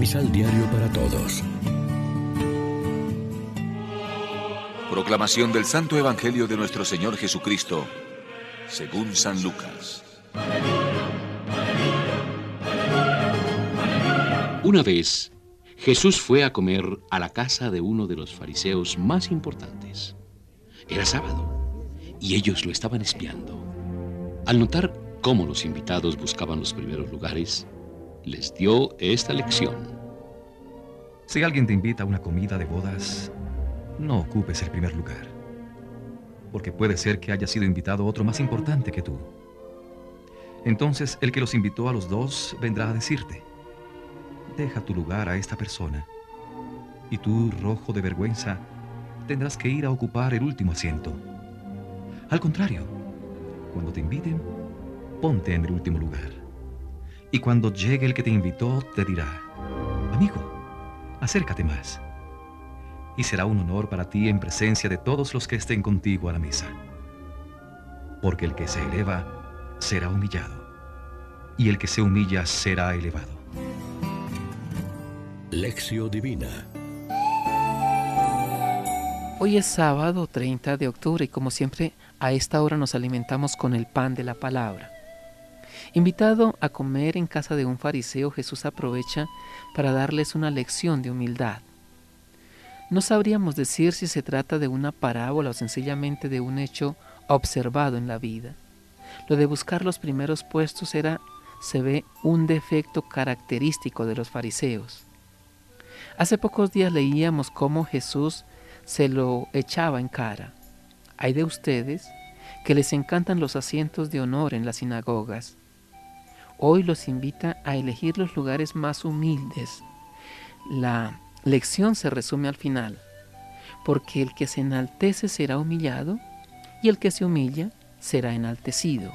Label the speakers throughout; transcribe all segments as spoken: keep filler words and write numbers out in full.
Speaker 1: Misal Diario para Todos.
Speaker 2: Proclamación del Santo Evangelio de nuestro Señor Jesucristo, según San Lucas.
Speaker 3: Una vez, Jesús fue a comer a la casa de uno de los fariseos más importantes. Era sábado, y ellos lo estaban espiando. Al notar cómo los invitados buscaban los primeros lugares, les dio esta lección.
Speaker 4: Si alguien te invita a una comida de bodas, no ocupes el primer lugar, porque puede ser que haya sido invitado otro más importante que tú. Entonces el que los invitó a los dos vendrá a decirte: deja tu lugar a esta persona, y tú, rojo de vergüenza, tendrás que ir a ocupar el último asiento. Al contrario, cuando te inviten, ponte en el último lugar. Y cuando llegue el que te invitó, te dirá: amigo, acércate más. Y será un honor para ti en presencia de todos los que estén contigo a la mesa. Porque el que se eleva será humillado, y el que se humilla será elevado.
Speaker 1: Lección Divina.
Speaker 5: Hoy es sábado treinta de octubre y como siempre a esta hora nos alimentamos con el pan de la palabra. Invitado a comer en casa de un fariseo, Jesús aprovecha para darles una lección de humildad. No sabríamos decir si se trata de una parábola o sencillamente de un hecho observado en la vida. Lo de buscar los primeros puestos era, se ve, un defecto característico de los fariseos. Hace pocos días leíamos cómo Jesús se lo echaba en cara. Hay de ustedes que les encantan los asientos de honor en las sinagogas. Hoy los invita a elegir los lugares más humildes. La lección se resume al final, porque el que se enaltece será humillado y el que se humilla será enaltecido.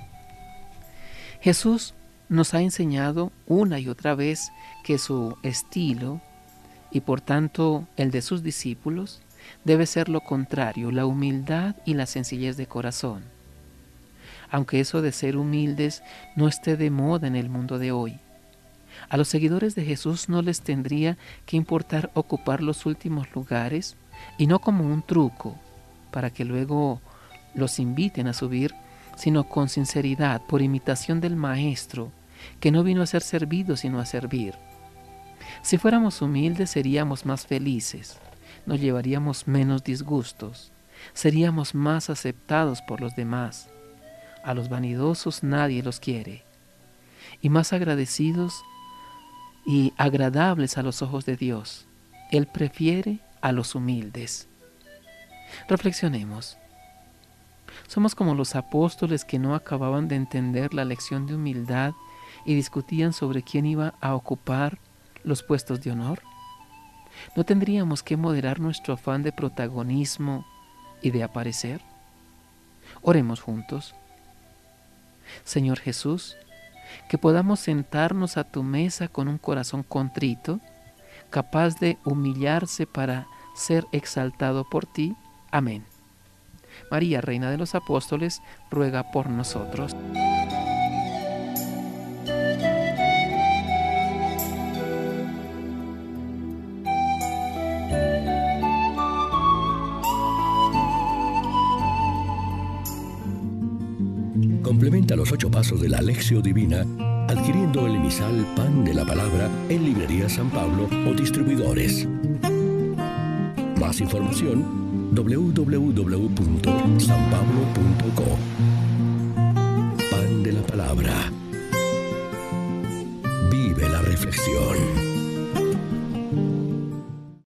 Speaker 5: Jesús nos ha enseñado una y otra vez que su estilo, y por tanto el de sus discípulos, debe ser lo contrario, la humildad y la sencillez de corazón. Aunque eso de ser humildes no esté de moda en el mundo de hoy, a los seguidores de Jesús no les tendría que importar ocupar los últimos lugares, y no como un truco para que luego los inviten a subir, sino con sinceridad, por imitación del Maestro, que no vino a ser servido sino a servir. Si fuéramos humildes seríamos más felices, nos llevaríamos menos disgustos, seríamos más aceptados por los demás. A los vanidosos nadie los quiere, y más agradecidos y agradables a los ojos de Dios. Él prefiere a los humildes. Reflexionemos. Somos como los apóstoles que no acababan de entender la lección de humildad y discutían sobre quién iba a ocupar los puestos de honor. ¿No tendríamos que moderar nuestro afán de protagonismo y de aparecer? Oremos juntos. Señor Jesús, que podamos sentarnos a tu mesa con un corazón contrito, capaz de humillarse para ser exaltado por ti. Amén. María, Reina de los Apóstoles, ruega por nosotros.
Speaker 1: Complementa los ocho pasos de la Lección Divina adquiriendo el emisal Pan de la Palabra en Librería San Pablo o distribuidores. Más información: doble u doble u doble u punto san pablo punto co. Pan de la Palabra. Vive la reflexión.